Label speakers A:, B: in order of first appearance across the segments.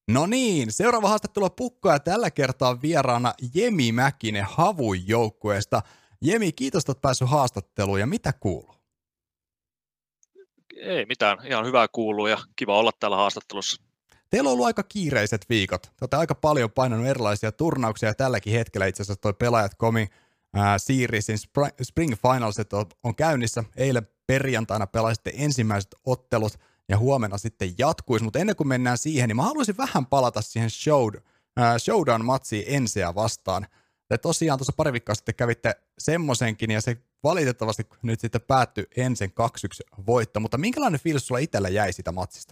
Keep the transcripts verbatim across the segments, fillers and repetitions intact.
A: No niin, seuraava haastattelu on Pukka ja tällä kertaa vieraana Jemi Mäkinen Havun joukkueesta. Jemi, kiitos, että olet päässyt haastatteluun ja mitä kuuluu?
B: Ei mitään, ihan hyvää kuuluu ja kiva olla täällä haastattelussa.
A: Teillä on ollut aika kiireiset viikot. Te olette aika paljon painanut erilaisia turnauksia ja tälläkin hetkellä itse asiassa toi Pelaajat piste comin äh, Seriesin Spring Finalsit on, on käynnissä. Eilen perjantaina pelasitte ensimmäiset ottelut ja huomenna sitten jatkuisi, mutta ennen kuin mennään siihen, niin mä haluaisin vähän palata siihen show, äh, showdown-matsiin Enseä vastaan. Te tosiaan tuossa pari viikkoa sitten kävitte semmoisenkin ja se valitettavasti nyt sitten päättyi Ensen kaksi yksi voitto, mutta minkälainen fiilis sulla itsellä jäi sitä matsista?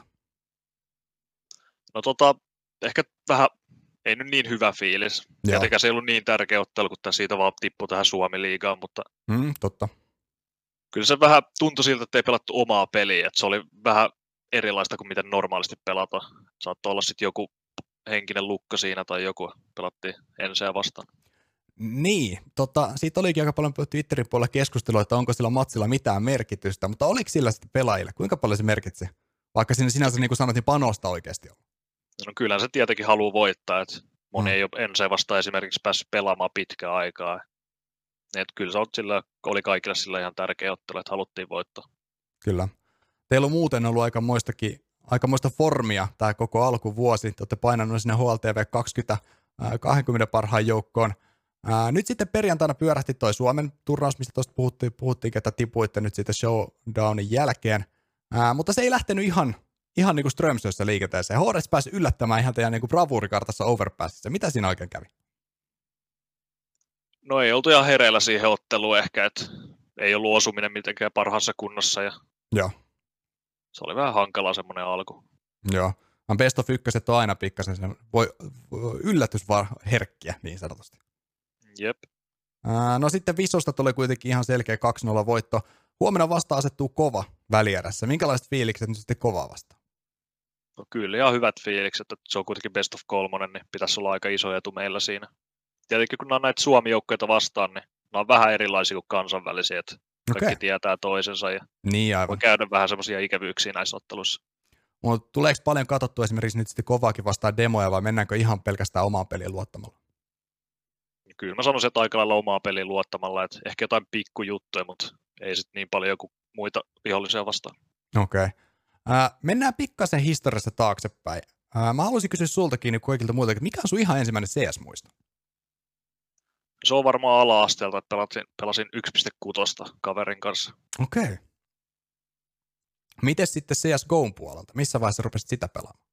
B: No tota, ehkä vähän, ei nyt niin hyvä fiilis. Tietenkään se ei ollut niin tärkeä ottelu, kun siitä vaan tippui tähän Suomi-liigaan, mutta
A: mm, totta.
B: Kyllä se vähän tuntui siltä, että ei pelattu omaa peliä, että se oli vähän erilaista kuin miten normaalisti pelataan. Saattoi olla sitten joku henkinen lukko siinä tai joku, pelattiin Enseä vastaan.
A: Niin, tota, siitä olikin aika paljon Twitterin puolella keskustelua, että onko sillä matsilla mitään merkitystä, mutta oliko sillä sitten pelaajille? Kuinka paljon se merkitsi? Vaikka siinä sinänsä niin kuin sanoit, niin panosta oikeasti on.
B: No kyllä se tietenkin haluaa voittaa, että moni mm. ei ole Enseä vastaan esimerkiksi päässyt pelaamaan pitkään aikaa. Et kyllä se sillä, oli kaikille sillä ihan tärkeä ottelu, että haluttiin voittaa.
A: Kyllä. Teillä on muuten ollut aika muistakin, aikamoista formia tämä koko alkuvuosi. Te olette painanut sinne H L T V kaksikymmentä, kaksikymmentä parhaan joukkoon. Ää, nyt sitten perjantaina pyörähti toi Suomen turnaus, mistä tuosta puhuttiin, puhuttiin, että tipuitte nyt sitten showdownin jälkeen. Ää, mutta se ei lähtenyt ihan, ihan niin kuin Strömsössä liikenteeseen. H R S pääsi yllättämään ihan teidän niin kuin bravuurikartassa Overpassissa. Mitä siinä oikein kävi?
B: No ei oltu ihan hereillä siihen otteluun ehkä, että ei ollut osuminen mitenkään parhaassa kunnossa. Ja
A: Joo.
B: Se oli vähän hankala semmoinen alku.
A: Joo. Best of ykköset on aina pikkasen voi, yllätys vaan herkkiä niin sanotusti.
B: Jep.
A: Ää, no sitten Visosta tuli kuitenkin ihan selkeä kaksi nolla voitto. Huomenna vasta asettuu kova välierässä. Minkälaiset fiilikset nyt sitten kovaa vastaan?
B: No kyllä ihan hyvät fiilikset, että se on kuitenkin best of kolmonen, niin pitäisi olla aika iso etu meillä siinä. Tietenkin kun nämä on näitä Suomi-joukkoja vastaan, niin nämä on vähän erilaisia kuin kansainvälisiä, että kaikki okay. tietää toisensa ja
A: niin, aivan.
B: Voi käydä vähän semmoisia ikävyyksiä näissä otteluissa.
A: Mutta tuleeko paljon katsottua esimerkiksi nyt sitten kovaakin vastaan demoja vai mennäänkö ihan pelkästään omaan peliin luottamalla?
B: Kyllä mä sanoisin, että aika lailla omaan peliin luottamalla, että ehkä jotain pikkujuttuja, mutta ei sitten niin paljon kuin muita vihollisia vastaan.
A: Okei. Okay. Äh, mennään pikkasen historiassa taaksepäin. Äh, mä haluaisin kysyä sultakin niin kaikilta muilta, että mikä on sun ihan ensimmäinen C S-muisto?
B: Se on varmaan ala-asteelta, että pelasin, pelasin yksi pilkku kuusi kaverin kanssa.
A: Okei. Okay. Miten sitten C S G O:n puolelta? Missä vaiheessa rupesit sitä pelaamaan?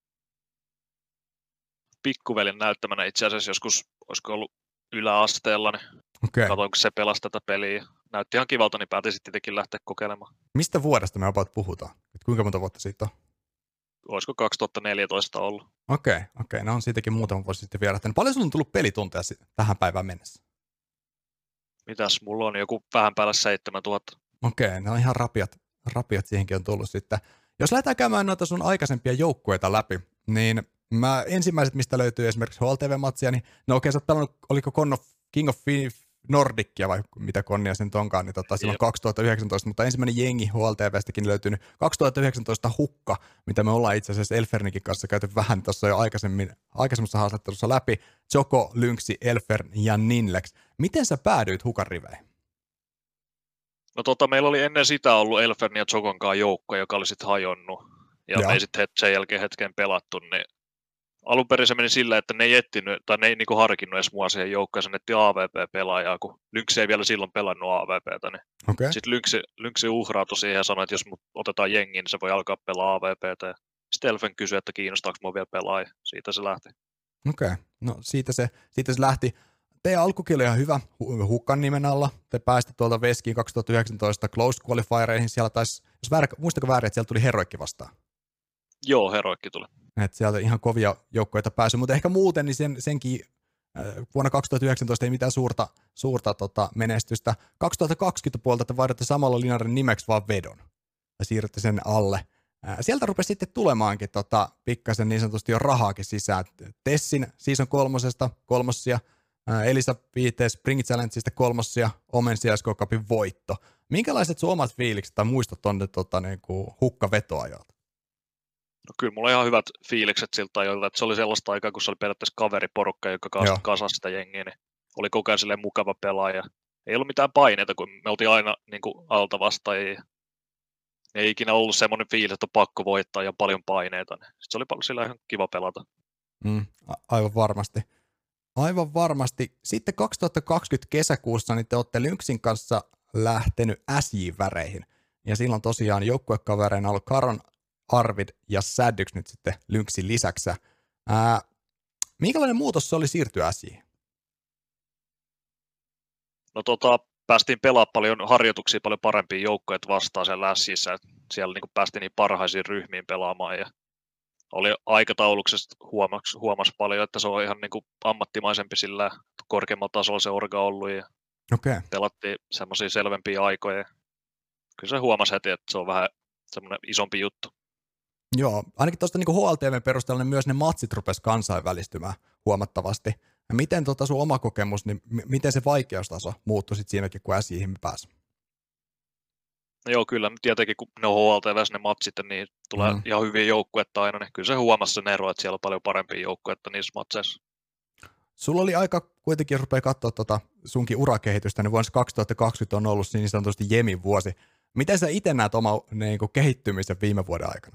B: Pikkuvelin näyttämänä itse asiassa joskus, olisiko ollut yläasteella, niin okay. Katoin, kun se pelasi tätä peliä. Näytti ihan kivalta, niin päätin sitten tietenkin lähteä kokeilemaan.
A: Mistä vuodesta me about puhutaan? Et kuinka monta vuotta siitä on?
B: Olisiko kaksituhattaneljätoista ollut?
A: Okei, okay, okei. Okay. No on siitäkin muutama vuosi sitten vierähtänyt. Paljon sulla on tullut pelitunteja tähän päivään mennessä?
B: Mitäs? Mulla on joku vähän päällä seitsemäntuhatta.
A: Okei, okay, ne on ihan rapiat, rapiat siihenkin on tullut sitten. Jos lähdetään käymään noita sun aikaisempia joukkueita läpi, niin mä ensimmäiset, mistä löytyy esimerkiksi H L T V-matsia, niin no okei, okay, sä oot pelannut, oliko King of Nordicia vai mitä konnia sen onkaan, niin tota, silloin kaksituhattayhdeksäntoista, mutta ensimmäinen jengi H L T V:stäkin löytynyt kaksituhattayhdeksäntoista Hukka, mitä me ollaan itse asiassa Elfernikin kanssa käyty vähän tuossa jo aikaisemmin, aikaisemmassa haastattelussa läpi, Joko, Lynxi, Elfern ja Ninlex. Miten sä päädyit Hukan riveihin?
B: No tota, meillä oli ennen sitä ollut Elfern ja Jokon kanssa joukko, joka oli sitten hajonnut, ja, ja. me ei sitten sen jälkeen hetken pelattu, niin alun perin se meni sillä, että ne ei etsinyt, tai ne ei niinku harkinnut edes mua siihen joukkoon, se netti A V P-pelaajaa, kun Lynx ei vielä silloin pelannut A V P:tä. Niin okay. Sitten Lynx, Lynx uhrautui siihen ja sanoi, että jos mut otetaan jengiin, niin se voi alkaa pelaa A V P:tä. Sitten Elfen kysyi, että kiinnostaako mua vielä pelaaja. Siitä se lähti. Okei,
A: okay. No siitä se, siitä se lähti. Teidän alkukin oli ihan hyvä Hukan nimen alla. Te pääsitte tuolta Veskiin kaksituhattayhdeksäntoista Close Qualifiereihin. Siellä taisi, jos väärä, muistako väärin, että siellä tuli Heroikki vastaan?
B: Joo, Heroikki tuli.
A: Että sieltä ihan kovia joukkoita pääsy, mutta ehkä muuten niin sen, senkin äh, vuonna kaksituhattayhdeksäntoista ei mitään suurta, suurta tota, menestystä. kaksituhattakaksikymmentä puolta te vaihdatte samalla linjarin nimeksi vaan Vedon ja siirrytte sen alle. Äh, sieltä rupesi sitten tulemaankin tota, pikkasen niin sanotusti jo rahaakin sisään. Tessin season kolmosesta kolmossia, äh, Elisa Viite Spring Challengeista kolmossia, Omen C S G O Cupin voitto. Minkälaiset sun omat fiilikset tai muistot on tota, niin kuin Hukka-vetoajalta?
B: No kyllä mulla on ihan hyvät fiilikset siltä ajoilta, että se oli sellaista aikaa, kun se oli periaatteessa kaveriporukka, joka
A: Joo.
B: kasasi sitä jengiä, niin oli koko ajan silleen mukava pelaaja. Ei ollut mitään paineita, kun me oltiin aina niin kuin alta vastaajia. Ei ikinä ollut semmoinen fiilis, että on pakko voittaa ja paljon paineita. Niin sitten se oli paljon sillä ihan kiva pelata.
A: Mm, a- aivan varmasti. Aivan varmasti. Sitten kaksituhattakaksikymmentä kesäkuussa niin te olette Lynxin kanssa lähtenyt S J-väreihin. Ja silloin tosiaan joukkuekavereina on ollut Karon, Arvid ja Saddyx nyt sitten Lynxin lisäksi. Ää, minkälainen muutos se oli siirtyä S J:iin?
B: No tota, päästiin pelaamaan paljon harjoituksia, paljon parempia joukkoja vastaan siellä lässissä. Siellä niin kuin päästiin niin parhaisiin ryhmiin pelaamaan. Ja oli aikatauluksesta huomas, huomas paljon, että se on ihan niin kuin ammattimaisempi sillä korkeammalla tasolla se orga ollut. Ja
A: okay.
B: pelattiin semmoisia selvempiä aikoja. Kyllä se huomasi heti, että se on vähän semmoinen isompi juttu.
A: Joo, ainakin tuosta niin H L T V:n perusteella niin myös ne matsit rupesi kansainvälistymään huomattavasti. Ja miten tota sun oma kokemus, niin m- miten se vaikeustaso muuttui sitten siinäkin, kun S J:ihin pääsi?
B: No joo, kyllä tietenkin kun ne on H L T V:ssä ne matsit, niin tulee mm. ihan hyviä joukkuetta aina, niin kyllä se huomasi sen ero, että siellä on paljon parempia joukkuetta niissä matseissa.
A: Sulla oli aika, kuitenkin jos rupeaa katsoa tota sunkin urakehitystä, niin vuonna kaksituhattakaksikymmentä on ollut niin sanotusti Jemin vuosi. Miten sä itse näet oma niin kuin, kehittymisen viime vuoden aikana?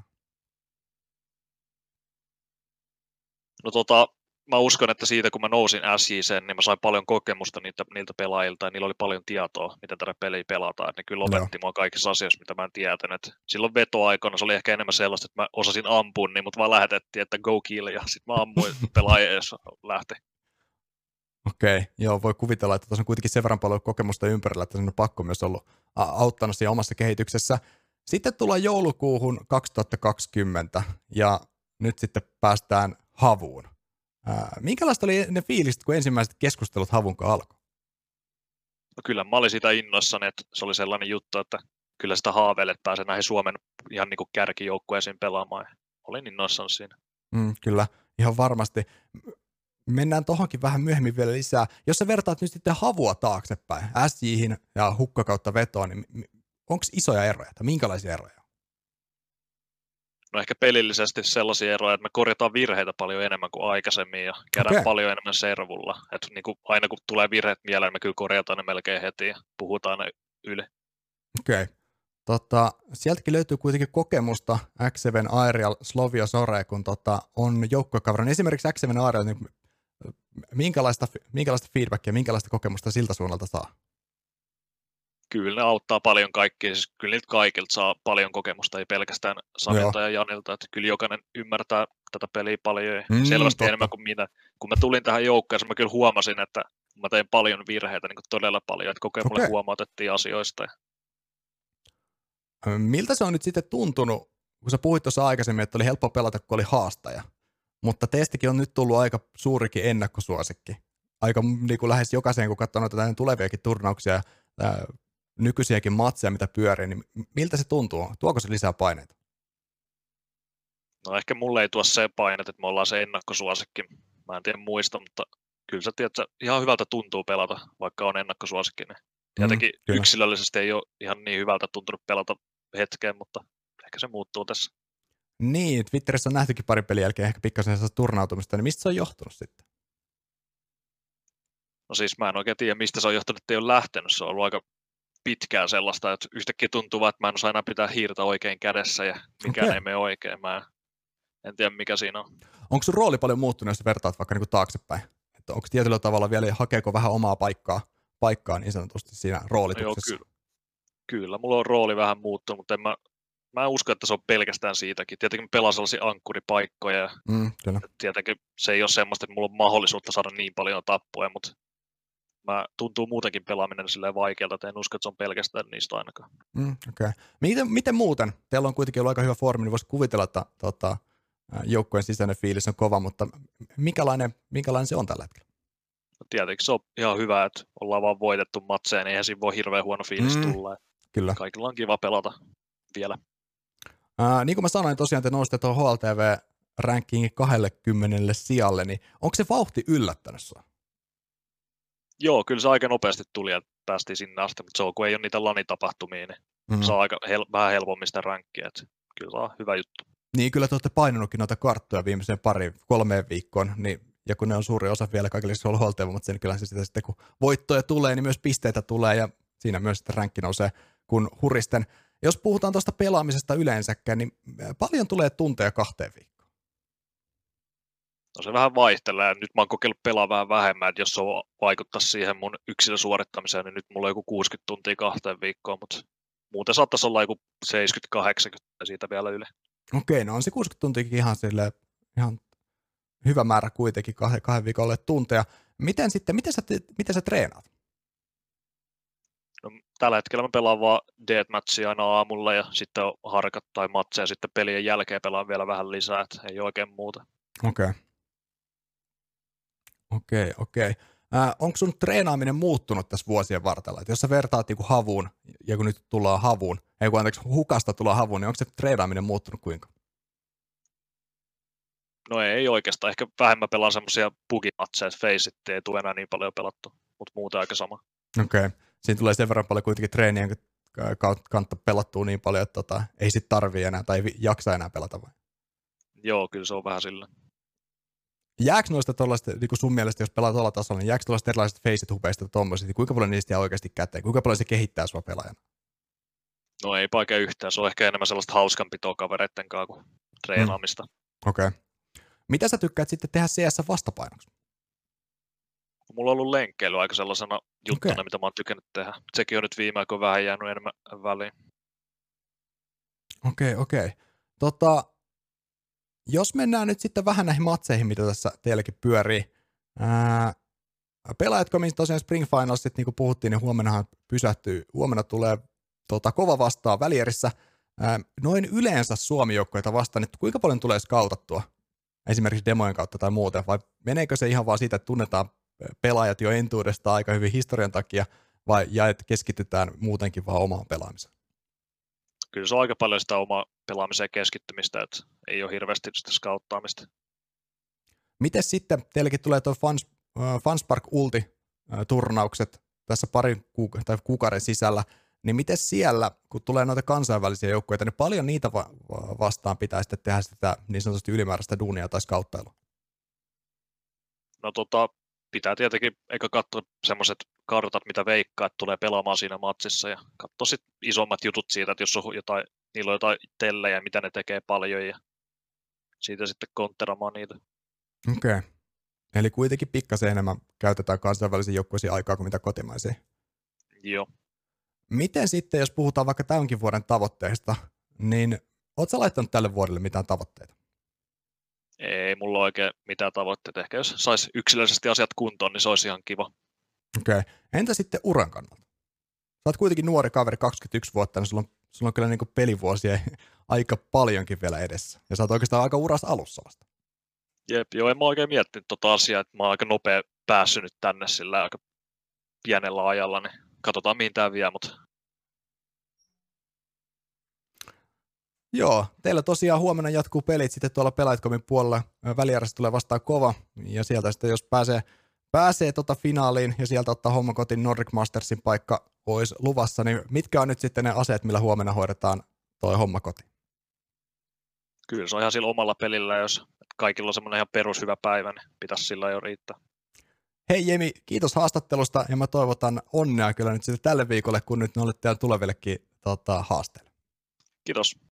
B: No tota, mä uskon, että siitä kun mä nousin S J:seen, niin mä sain paljon kokemusta niiltä, niiltä pelaajilta ja niillä oli paljon tietoa, miten tätä peliä pelataan. Että ne kyllä opetti mua kaikissa asioissa, mitä mä en tietänyt. Silloin vetoaikoina se oli ehkä enemmän sellaista, että mä osasin ampua, niin mut vaan lähetettiin, että go kill, ja sitten mä ammuin pelaajia, jos lähti.
A: Okei, okay, joo, voi kuvitella, että tuossa on kuitenkin sen verran paljon kokemusta ympärillä, että se on pakko myös ollut auttanut siinä omassa kehityksessä. Sitten tullaan joulukuuhun kaksituhattakaksikymmentä ja nyt sitten päästään Havuun. Ää, minkälaista oli ne fiilikset, kun ensimmäiset keskustelut Havun kanssa alkoi?
B: No kyllä mä olin sitä innoissani, että se oli sellainen juttu, että kyllä sitä haaveille, että pääsee näihin Suomen ihan niin kuin kärkijoukkueisiin pelaamaan. Olin innoissani siinä.
A: Mm, kyllä, ihan varmasti. Mennään tohonkin vähän myöhemmin vielä lisää. Jos sä vertaat nyt sitten Havua taaksepäin, S J:hin ja hukka kautta vetoon, niin onko isoja eroja tai minkälaisia eroja?
B: No ehkä pelillisesti sellaisia eroja, että me korjataan virheitä paljon enemmän kuin aikaisemmin ja käydään okay. paljon enemmän servulla. Että niin kuin aina kun tulee virheet mieleen, niin me kyllä korjataan ne melkein heti ja puhutaan ne yli.
A: Okei. Okay. Tota, sieltäkin löytyy kuitenkin kokemusta X seven Aerial Slovia Sore, kun tota, on joukkuekaverin. Esimerkiksi X seven Aerial, niin minkälaista, minkälaista feedbackia, minkälaista kokemusta siltä suunnalta saa?
B: Kyllä ne auttaa paljon kaikkia, siis kyllä niiltä kaikilta saa paljon kokemusta, ei pelkästään Samilta ja Janilta, että kyllä jokainen ymmärtää tätä peliä paljon mm, selvästi totta. Enemmän kuin minä. Kun mä tulin tähän joukkueeseen, mä kyllä huomasin, että mä tein paljon virheitä, niin kuin todella paljon, että koko ajan okay. mulle huomautettiin asioista.
A: Miltä se on nyt sitten tuntunut, kun sä puhuit tuossa aikaisemmin, että oli helppo pelata, kun oli haastaja, mutta teistäkin on nyt tullut aika suurikin ennakkosuosikki. Aika niin kuin lähes jokaiseen, kun katsoo noita tuleviakin turnauksia, ää, nykyisiäkin matseja, mitä pyörii, niin miltä se tuntuu? Tuoko se lisää paineita?
B: No ehkä mulle ei tuo se painet, että me ollaan se ennakkosuosikki. Mä en tiedä muista, mutta kyllä sä tiedät, että ihan hyvältä tuntuu pelata, vaikka on ennakkosuosikki. Niin tietenkin mm, yksilöllisesti ei ole ihan niin hyvältä tuntunut pelata hetkeen, mutta ehkä se muuttuu tässä.
A: Niin, Twitterissä on nähtykin pari pelin jälkeen ehkä pikkasen turnautumista, niin mistä se on johtunut sitten?
B: No siis mä en oikein tiedä, mistä se on johtunut, että ei ole lähtenyt. Se on ollut aika pitkään sellaista, että yhtäkkiä tuntuu vaan, että mä en osaa enää pitää hiirtä oikein kädessä ja mikään okay. ei mene oikein. Mä en tiedä, mikä siinä on.
A: Onko sun rooli paljon muuttunut, jos vertaat vaikka niin taaksepäin? Että onko tietyllä tavalla vielä, hakeeko vähän omaa paikkaa, paikkaa niin sanotusti siinä roolituksessa?
B: No joo, kyllä. kyllä, mulla on rooli vähän muuttunut, mutta en mä, mä en usko, että se on pelkästään siitäkin. Tietenkin mä pelaan sellaisia ankkuripaikkoja ja
A: mm,
B: tietenkin se ei ole semmoista, että mulla on mahdollisuutta saada niin paljon tappoja, mutta mä tuntuu muutenkin pelaaminen silleen vaikealta, että en usko, että se on pelkästään niistä ainakaan.
A: Mm, okay. miten, miten muuten? Teillä on kuitenkin ollut aika hyvä foorumi, niin voisi kuvitella, että tota, joukkojen sisäinen fiilis on kova, mutta minkälainen, minkälainen se on tällä hetkellä?
B: No tietenkin se on ihan hyvä, että ollaan vaan voitettu matseja, niin eihän siinä voi hirveän huono fiilis mm, tulla.
A: Kyllä.
B: Kaikilla on kiva pelata vielä.
A: Ää, niin kuin mä sanoin, tosiaan te nousitte tuon H L T V-rankingin kaksikymmentä sijalle, niin onko se vauhti yllättänyt sua?
B: Joo, kyllä se aika nopeasti tuli ja päästiin sinne asti, mutta se on, kun ei ole niitä lanitapahtumia, niin mm-hmm. saa aika hel- vähän helpommin sitä rankkia, että kyllä se on hyvä juttu.
A: Niin, kyllä te olette painanutkin noita karttoja viimeiseen pari, kolmeen viikkoon, niin, ja kun ne on suuri osa vielä kaikille huoltoivomat, niin kyllä se sitä sitten, kun voittoja tulee, niin myös pisteitä tulee, ja siinä myös sitten ränkki nousee kun huristen. Jos puhutaan tuosta pelaamisesta yleensäkään, niin paljon tulee tunteja kahteen viikkoon?
B: No se vähän vaihtelee. Nyt mä oon kokeillut pelaa vähän vähemmän, että jos se vaikuttaisi siihen mun yksilösuorittamiseen, niin nyt mulla on joku kuusikymmentä tuntia kahteen viikkoon, mutta muuten saattaisi olla joku seitsemänkymmentä kahdeksankymmentä siitä vielä yli.
A: Okei, no on se kuusikymmentä tuntiakin ihan, silleen, ihan hyvä määrä kuitenkin kahden, kahden viikolle tunteja. Miten sitten, miten sä, miten sä treenaat?
B: No, tällä hetkellä mä pelaan vaan deathmatchia aina aamulla ja sitten on harkat tai matseja sitten pelien jälkeen pelaan vielä vähän lisää, että ei oikein muuta.
A: Okei. Okay. Okei, okay, okei. Okay. Äh, onko sun treenaaminen muuttunut tässä vuosien vartella? Et jos sä vertaat niinku havuun, ja kun nyt tullaan havuun, ei kun anteeksi, hukasta tullaan havuun, niin onko se treenaaminen muuttunut kuinka?
B: No ei oikeastaan. Ehkä vähemmän pelaan semmoisia bugimatseja, että Faceit ei tule enää niin paljon pelattu, mutta muuten aika sama.
A: Okei. Okay. Siinä tulee sen verran paljon kuitenkin treenien kantta pelattua niin paljon, että tota, ei sit tarvii enää tai ei jaksa enää pelata vai?
B: Joo, kyllä se on vähän sillä.
A: Jääkö noista tuollaista, niin kuin sun mielestä, jos pelaat tuolla tasolla, niin jääkö tuollaista erilaiset Faceit-hupeista tuommoiset, niin kuinka paljon niistä jää oikeasti käteen? Kuinka paljon se kehittää sua pelaajana?
B: No ei oikein yhtään. Se on ehkä enemmän sellaista hauskanpitoa kavereitten kanssa kuin treenaamista.
A: Mm. Okei. Okay. Mitä sä tykkäät sitten tehdä C S vastapainoksi?
B: Mulla on ollut lenkkeily aika sellaisena juttuna,
A: Okay.
B: mitä mä oon tykännyt tehdä. Sekin on nyt viime aikoina vähän jäänyt enemmän väliin.
A: Okei, okay, okei. Okay. Tota, jos mennään nyt sitten vähän näihin matseihin, mitä tässä teilläkin pyörii. Ää, pelaajatko, missä tosiaan Spring Finalsit, niin kuin puhuttiin, niin huomennahan pysähtyy. Huomenna tulee tota, kova vastaan välierissä. Ää, noin yleensä Suomi-joukkoita vastaan, niin kuinka paljon tulee skautattua? Esimerkiksi demojen kautta tai muuten, vai meneekö se ihan vaan siitä, että tunnetaan pelaajat jo entuudestaan aika hyvin historian takia, vai ja että keskitytään muutenkin vaan omaan pelaamiseen?
B: Kyllä se on aika paljon sitä omaa pelaamiseen keskittymistä, että ei ole hirveästi sitä skauttaamista.
A: Miten sitten, teilläkin tulee tuo Fans, uh, Fanspark Ulti-turnaukset tässä parin kuuk- tai kuukauden sisällä, niin miten siellä, kun tulee noita kansainvälisiä joukkueita, niin paljon niitä va- vastaan pitää sitten tehdä sitä niin sanotusti ylimääräistä duunia tai skauttailua?
B: No tota, pitää tietenkin eikä katsoa semmoiset kartat, mitä veikkaa, että tulee pelaamaan siinä matsissa ja katsoa sitten isommat jutut siitä, että jos on jotain, niillä on jotain tellejä, mitä ne tekee paljon ja siitä sitten kontteramaan niitä.
A: Okei. Okay. Eli kuitenkin pikkasen enemmän käytetään kansainvälisiin joukkueisiin aikaa kuin mitä kotimaisiin.
B: Joo.
A: Miten sitten, jos puhutaan vaikka tämänkin vuoden tavoitteista, niin ootko sä laittanut tälle vuodelle mitään tavoitteita?
B: Ei mulla ole oikein mitään tavoitteita. Ehkä jos saisi yksilöllisesti asiat kuntoon, niin se olisi ihan kiva.
A: Okei. Okay. Entä sitten uran kannalta? Sä oot kuitenkin nuori kaveri, kaksikymmentäyksi vuotta, niin sulla on, sulla on kyllä niin kuin pelivuosia aika paljonkin vielä edessä. Ja sä oot oikeastaan aika uras alussa vasta.
B: Jep, joo, en mä oikein miettinyt tota asiaa, että mä oon aika nopea päässyt nyt tänne sillä aika pienellä ajalla, niin katsotaan mihin tää vie, mutta...
A: Joo, teillä tosiaan huomenna jatkuu pelit sitten tuolla Pelaajat.comin puolella. Välijärjestö tulee vastaan kova, ja sieltä sitten jos pääsee, pääsee tota finaaliin ja sieltä ottaa homma kotiin Nordic Mastersin paikka olisi luvassa, niin mitkä on nyt sitten ne aseet, millä huomenna hoidetaan toi homma kotiin?
B: Kyllä se on ihan sillä omalla pelillä, jos kaikilla on semmoinen ihan perushyvä päivä, niin pitäisi sillä jo riittää.
A: Hei Jemi, kiitos haastattelusta ja mä toivotan onnea kyllä nyt sitten tälle viikolle, kun nyt ne olette tulevillekin tota, haasteille.
B: Kiitos.